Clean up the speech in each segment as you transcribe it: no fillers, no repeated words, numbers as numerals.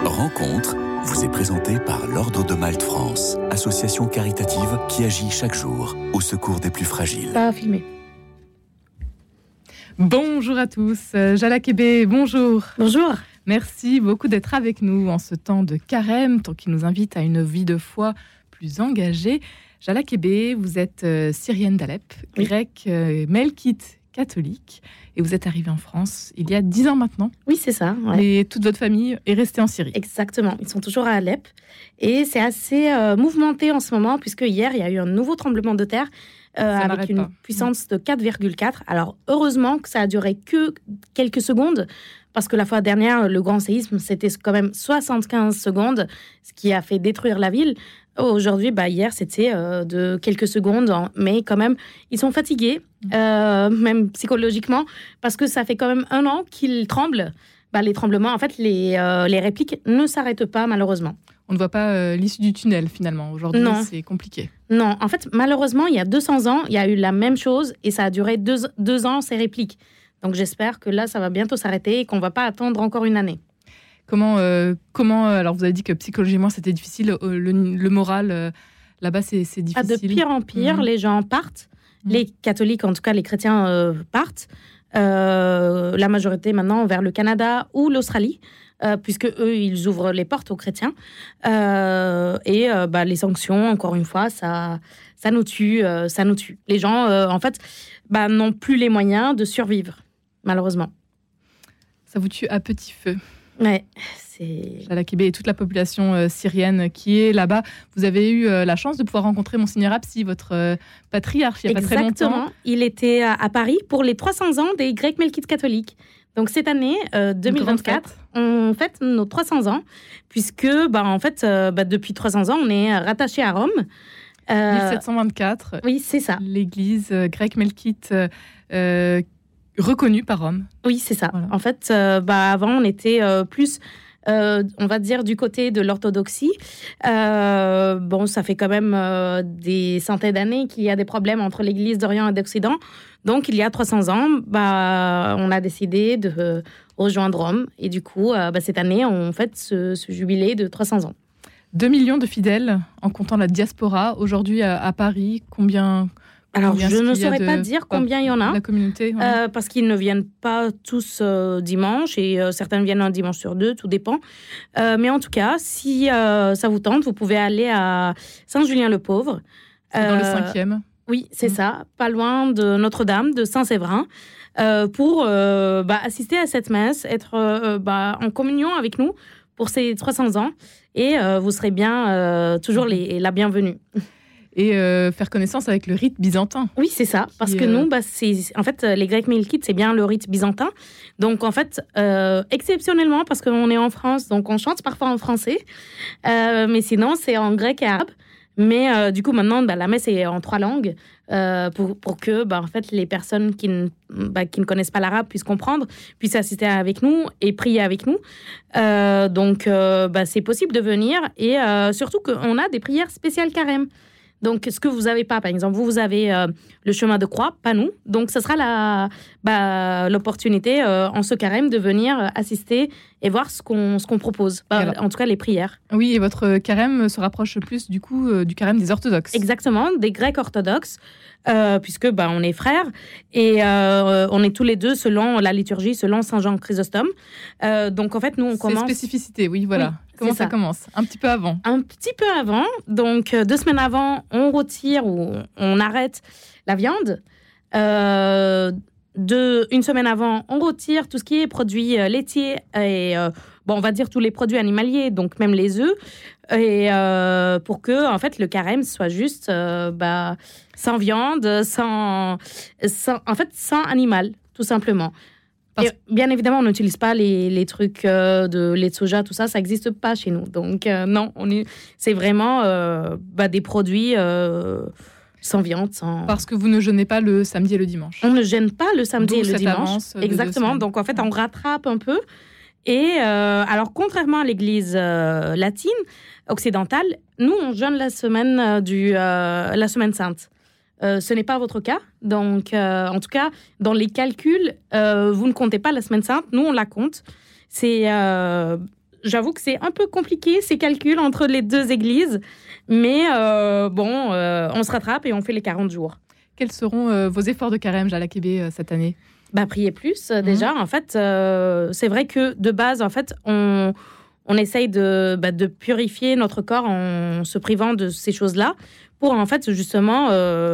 Rencontre vous est présentée par l'Ordre de Malte France, association caritative qui agit chaque jour au secours des plus fragiles. Pas filmé. Bonjour à tous, Jala Kébé, bonjour. Bonjour. Merci beaucoup d'être avec nous en ce temps de carême, temps qui nous invite à une vie de foi plus engagée. Jala Kébé, vous êtes syrienne d'Alep, grecque, melkite catholique, et vous êtes arrivée en France il y a 10 ans maintenant. Oui, c'est ça. Ouais. Et toute votre famille est restée en Syrie. Exactement, ils sont toujours à Alep. Et c'est assez mouvementé en ce moment, puisque hier, il y a eu un nouveau tremblement de terre avec une puissance de 4,4. Alors, heureusement que ça a duré que quelques secondes, parce que la fois dernière, le grand séisme, c'était quand même 75 secondes, ce qui a fait détruire la ville. Aujourd'hui, hier, c'était de quelques secondes, mais quand même, ils sont fatigués, même psychologiquement, parce que ça fait quand même 1 an qu'ils tremblent. Les tremblements, en fait, les répliques ne s'arrêtent pas, malheureusement. On ne voit pas l'issue du tunnel, finalement. Aujourd'hui, c'est compliqué. Non, en fait, malheureusement, il y a 200 ans, il y a eu la même chose, et ça a duré 2 ans, ces répliques. Donc, j'espère que là, ça va bientôt s'arrêter et qu'on ne va pas attendre encore une année. Comment alors vous avez dit que psychologiquement c'était difficile, le moral là-bas c'est difficile. De pire en pire, les gens partent, les catholiques, en tout cas les chrétiens partent, la majorité maintenant vers le Canada ou l'Australie, puisque eux ils ouvrent les portes aux chrétiens, et les sanctions, encore une fois, ça nous tue, Les gens en fait n'ont plus les moyens de survivre, malheureusement. Ça vous tue à petit feu. Ouais, c'est... Jala Kébé et toute la population syrienne qui est là-bas. Vous avez eu la chance de pouvoir rencontrer Monseigneur Apsi, votre patriarche, il n'y a pas très longtemps. Exactement. Il était à Paris pour les 300 ans des Grecs melkites catholiques. Donc cette année, 2024, on fête nos 300 ans, puisque depuis 300 ans, on est rattaché à Rome. 1724. Oui, c'est ça. L'église grecque melkite reconnue par Rome. Oui, c'est ça. Voilà. En fait, avant, on était plus, on va dire, du côté de l'orthodoxie. Ça fait quand même des centaines d'années qu'il y a des problèmes entre l'Église d'Orient et d'Occident. Donc, il y a 300 ans, on a décidé de rejoindre Rome. Et du coup, cette année, on fête ce jubilé de 300 ans. 2 millions de fidèles, en comptant la diaspora. Aujourd'hui, à Paris, combien... Alors, je ne saurais pas dire combien il y en a, la communauté, parce qu'ils ne viennent pas tous dimanche, et certains viennent un dimanche sur 2, tout dépend. Mais en tout cas, si ça vous tente, vous pouvez aller à Saint-Julien-le-Pauvre. C'est dans le 5e. Oui, c'est ça, pas loin de Notre-Dame, de Saint-Séverin, pour assister à cette messe, être en communion avec nous pour ces 300 ans, et vous serez bien toujours la bienvenue. Et faire connaissance avec le rite byzantin. Oui, c'est ça. Parce que nous, en fait, les Grecs melkites, c'est bien le rite byzantin. Donc, en fait, exceptionnellement, parce qu'on est en France, donc on chante parfois en français. Mais sinon, c'est en grec et arabe. Mais du coup, maintenant, la messe est en 3 langues pour que, en fait, les personnes qui ne connaissent pas l'arabe puissent comprendre, puissent assister avec nous et prier avec nous. Donc, c'est possible de venir. Et surtout qu'on a des prières spéciales carême. Donc, ce que vous n'avez pas, par exemple, vous avez le chemin de croix, pas nous. Donc, ce sera l'opportunité en ce carême de venir assister et voir ce qu'on propose. En tout cas, les prières. Oui, et votre carême se rapproche plus du coup du carême des orthodoxes. Exactement, des Grecs orthodoxes, puisque on est frères et on est tous les deux selon la liturgie, selon Saint Jean Chrysostome. Donc, en fait, nous, on commence... C'est spécificité, oui, voilà. Oui. Comment ça commence ? Un petit peu avant. Un petit peu avant. Donc, 2 semaines avant, on retire ou on arrête la viande. 1 semaine avant, on retire tout ce qui est produits laitiers et, on va dire tous les produits animaliers, donc même les œufs. Et pour que, en fait, le carême soit juste sans viande, sans animal, tout simplement. Et bien évidemment, on n'utilise pas les trucs de lait de soja, tout ça, ça n'existe pas chez nous. Donc, non, c'est vraiment des produits sans viande. Parce que vous ne jeûnez pas le samedi et le dimanche. On ne jeûne pas le samedi et le dimanche. Exactement, donc en fait, on rattrape un peu. Et alors, contrairement à l'église latine, occidentale, nous, on jeûne la semaine sainte. Ce n'est pas votre cas. Donc, en tout cas, dans les calculs, vous ne comptez pas la semaine sainte. Nous, on la compte. C'est j'avoue que c'est un peu compliqué, ces calculs entre les deux églises. Mais on se rattrape et on fait les 40 jours. Quels seront vos efforts de carême, Jala Kébé, cette année ? Prier plus, déjà. En fait, c'est vrai que de base, en fait, on essaye de purifier notre corps en se privant de ces choses-là pour, en fait, justement,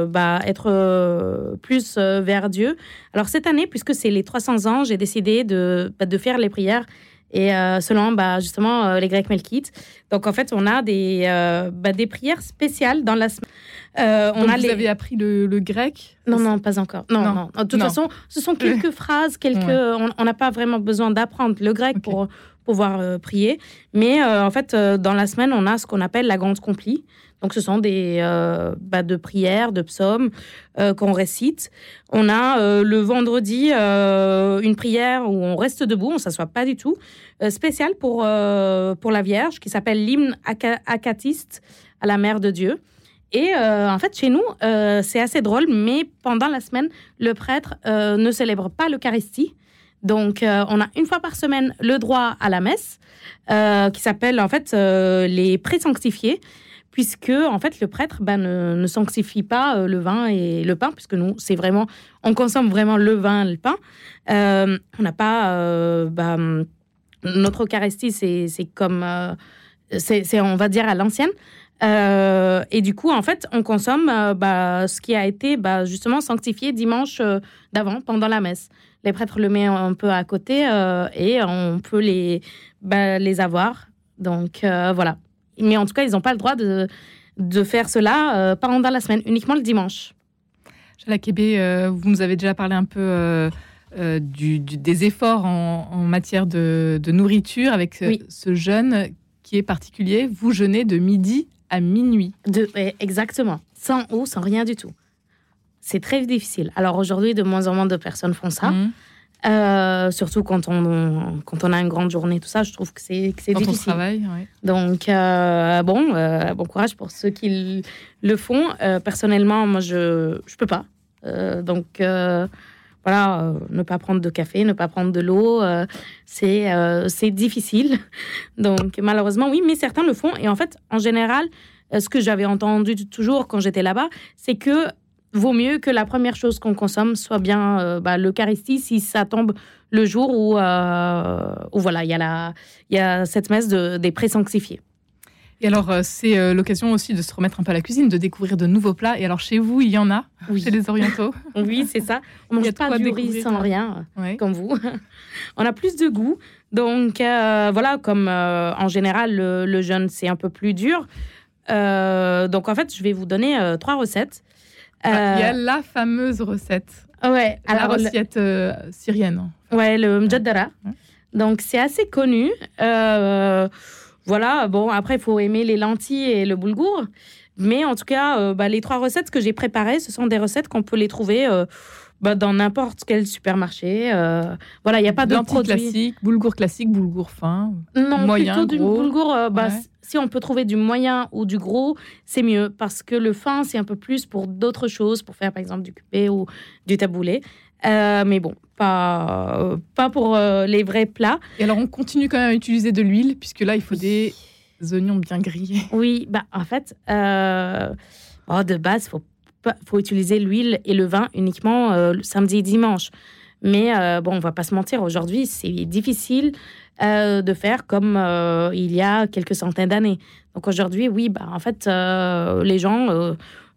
être plus vers Dieu. Alors, cette année, puisque c'est les 300 ans, j'ai décidé de faire les prières et selon, justement, les Grecs Melkites. Donc, en fait, on a des prières spéciales dans la semaine. Vous avez appris le grec ? Non, pas encore. Non. De toute façon, ce sont quelques phrases, on n'a pas vraiment besoin d'apprendre le grec pour pouvoir prier. Mais en fait, dans la semaine, on a ce qu'on appelle la grande complie. Donc, ce sont de prières, de psaumes qu'on récite. On a le vendredi une prière où on reste debout, on ne s'assoit pas du tout, spéciale pour la Vierge, qui s'appelle l'hymne acatiste à la Mère de Dieu. Et en fait, chez nous, c'est assez drôle, mais pendant la semaine, le prêtre ne célèbre pas l'Eucharistie. Donc, on a une fois par semaine le droit à la messe, qui s'appelle en fait les pré-sanctifiés, puisque en fait le prêtre ne sanctifie pas le vin et le pain, puisque nous, c'est vraiment, on consomme vraiment le vin et le pain. On n'a pas notre Eucharistie, c'est comme c'est on va dire à l'ancienne. Et du coup, en fait, on consomme ce qui a été justement sanctifié dimanche d'avant, pendant la messe. Les prêtres le mettent un peu à côté et on peut les avoir. Donc, voilà. Mais en tout cas, ils n'ont pas le droit de faire cela pendant la semaine, uniquement le dimanche. Jala Kébé, vous nous avez déjà parlé un peu des efforts en matière de nourriture avec ce jeûne qui est particulier. Vous jeûnez de midi à minuit. Exactement. Sans eau, sans rien du tout. C'est très difficile. Alors aujourd'hui, de moins en moins de personnes font ça. Surtout quand on a une grande journée, tout ça, je trouve que c'est difficile. Quand on travaille, oui. Donc, bon courage pour ceux qui le font. Personnellement, moi, je peux pas. Ne pas prendre de café, ne pas prendre de l'eau, c'est difficile. Donc, malheureusement, oui, mais certains le font. Et en fait, en général, ce que j'avais entendu toujours quand j'étais là-bas, c'est que vaut mieux que la première chose qu'on consomme soit bien l'Eucharistie, si ça tombe le jour où voilà, il y a cette messe des pré-sanctifiés. Et alors, c'est l'occasion aussi de se remettre un peu à la cuisine, de découvrir de nouveaux plats. Et alors, chez vous, il y en a, chez les Orientaux? Oui, c'est ça. On ne mange pas du riz sans rien, comme vous. On a plus de goût. Donc, voilà, comme en général, le jeûne, c'est un peu plus dur. Donc, en fait, je vais vous donner 3 recettes. Il y a la fameuse recette. Ouais, la recette syrienne. Ouais, le mjaddara. Donc, c'est assez connu. Voilà, bon, après, il faut aimer les lentilles et le boulgour. Mais en tout cas, les 3 recettes que j'ai préparées, ce sont des recettes qu'on peut les trouver dans n'importe quel supermarché. Voilà, il n'y a pas de produits. Classique, boulgour fin, non, moyen, plutôt gros. Du boulgour, si on peut trouver du moyen ou du gros, c'est mieux. Parce que le fin, c'est un peu plus pour d'autres choses, pour faire par exemple du cupé ou du taboulé. Mais bon, pas pour les vrais plats. Et alors, on continue quand même à utiliser de l'huile, puisque là, il faut des oignons bien grillés. Oui, en fait, de base, faut utiliser l'huile et le vin uniquement le samedi et dimanche. Mais on va pas se mentir, aujourd'hui, c'est difficile de faire comme il y a quelques centaines d'années. Donc aujourd'hui, oui, en fait, les gens...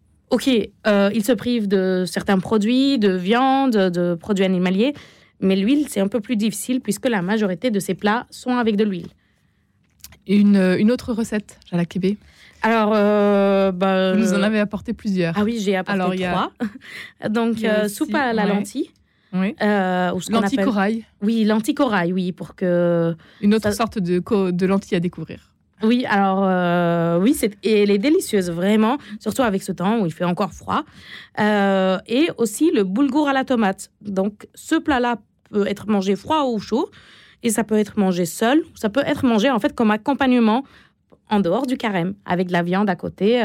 ils se privent de certains produits, de viande, de produits animaliers, mais l'huile, c'est un peu plus difficile puisque la majorité de ces plats sont avec de l'huile. Et une autre recette, Jala Kébé? Alors, vous nous en avez apporté plusieurs. Ah oui, j'ai apporté 3. Donc, soupe à la lentille. Oui. Lentilles corail. Oui, lentilles corail, oui, pour que... Une autre sorte de lentilles à découvrir. Oui, alors, elle est délicieuse, vraiment, surtout avec ce temps où il fait encore froid. Et aussi le boulgour à la tomate. Donc, ce plat-là peut être mangé froid ou chaud, et ça peut être mangé seul, ça peut être mangé, en fait, comme accompagnement en dehors du carême, avec de la viande à côté.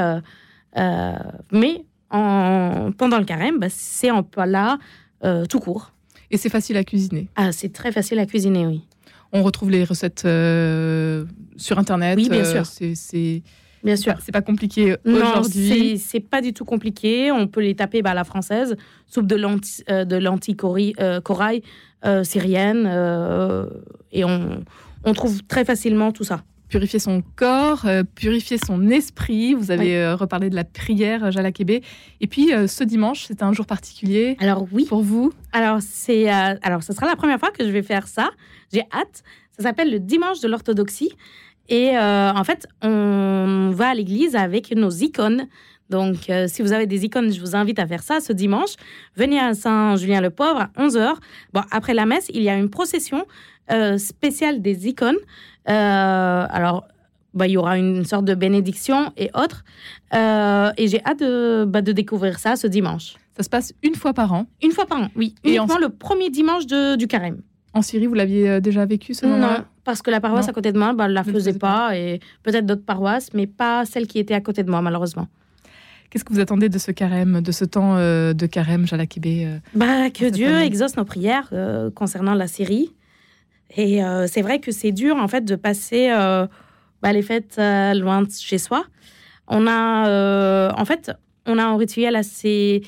Mais pendant le carême, c'est un plat tout court. Et c'est facile à cuisiner? Ah, c'est très facile à cuisiner, oui. On retrouve les recettes sur Internet. Oui, bien sûr. Bien sûr. C'est pas compliqué Non, aujourd'hui. c'est pas du tout compliqué. On peut les taper à la française. Soupe de lentilles corail syrienne. Et on trouve très facilement tout ça. Purifier son corps, purifier son esprit. Vous avez reparlé de la prière, Jala Kébé. Et puis, ce dimanche, c'est un jour particulier. Alors oui. Pour vous. Alors, ce sera la première fois que je vais faire ça. J'ai hâte. Ça s'appelle le dimanche de l'orthodoxie. Et en fait, on va à l'église avec nos icônes. Donc, si vous avez des icônes, je vous invite à faire ça ce dimanche. Venez à Saint-Julien-le-Pauvre à 11h. Bon, après la messe, il y a une procession spéciale des icônes. Alors, il y aura une sorte de bénédiction et autres. Et j'ai hâte de découvrir ça ce dimanche. Ça se passe une fois par an? Une fois par an, oui. Uniquement le premier dimanche du carême. En Syrie, vous l'aviez déjà vécu ce moment-là? Non, parce que la paroisse à côté de moi, ne la faisait pas. Et peut-être d'autres paroisses, mais pas celle qui était à côté de moi, malheureusement. Qu'est-ce que vous attendez de ce carême, de ce temps de carême, Jala Kébé? Que Dieu exauce nos prières concernant la Syrie. Et c'est vrai que c'est dur, en fait, de passer les fêtes loin de chez soi. On a un rituel assez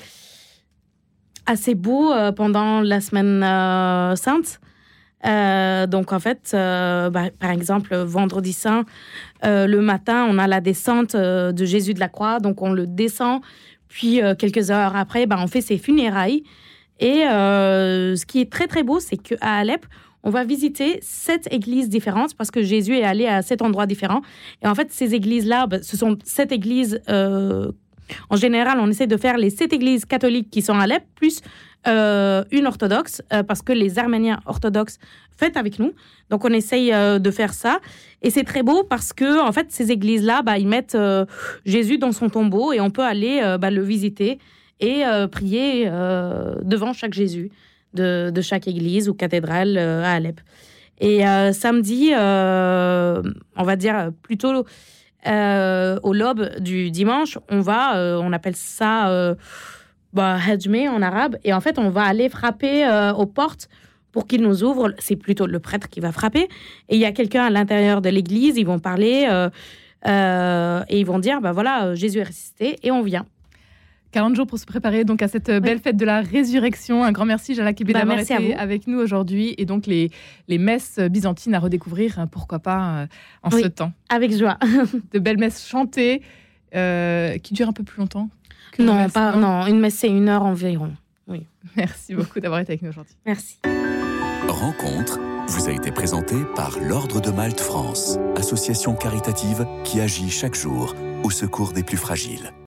beau pendant la semaine sainte. Donc, en fait, par exemple, vendredi saint, le matin, on a la descente de Jésus de la croix. Donc, on le descend. Puis, quelques heures après, on fait ses funérailles. Et ce qui est très, très beau, c'est qu'à Alep, on va visiter 7 églises différentes parce que Jésus est allé à 7 endroits différents. Et en fait, ces églises-là, ce sont 7 églises. En général, on essaie de faire les 7 églises catholiques qui sont à Alep, plus une orthodoxe, parce que les Arméniens orthodoxes fêtent avec nous. Donc, on essaye de faire ça. Et c'est très beau parce que, en fait, ces églises-là, ils mettent Jésus dans son tombeau et on peut aller le visiter et prier devant chaque Jésus de chaque église ou cathédrale à Alep. Et samedi, on va dire plutôt au lobe du dimanche, on appelle ça Hajme en arabe, et en fait on va aller frapper aux portes pour qu'ils nous ouvrent. C'est plutôt le prêtre qui va frapper, et il y a quelqu'un à l'intérieur de l'église, ils vont parler et ils vont dire Jésus est ressuscité, et on vient. 40 jours pour se préparer donc à cette belle fête de la résurrection. Un grand merci, Jala Kébé, d'avoir été avec nous aujourd'hui. Et donc, les messes byzantines à redécouvrir, pourquoi pas, en ce temps. Avec joie. De belles messes chantées qui durent un peu plus longtemps que non, messe, non, une messe, c'est 1 heure environ. Oui. Merci beaucoup d'avoir été avec nous aujourd'hui. Merci. Rencontre vous a été présentée par l'Ordre de Malte France, association caritative qui agit chaque jour au secours des plus fragiles.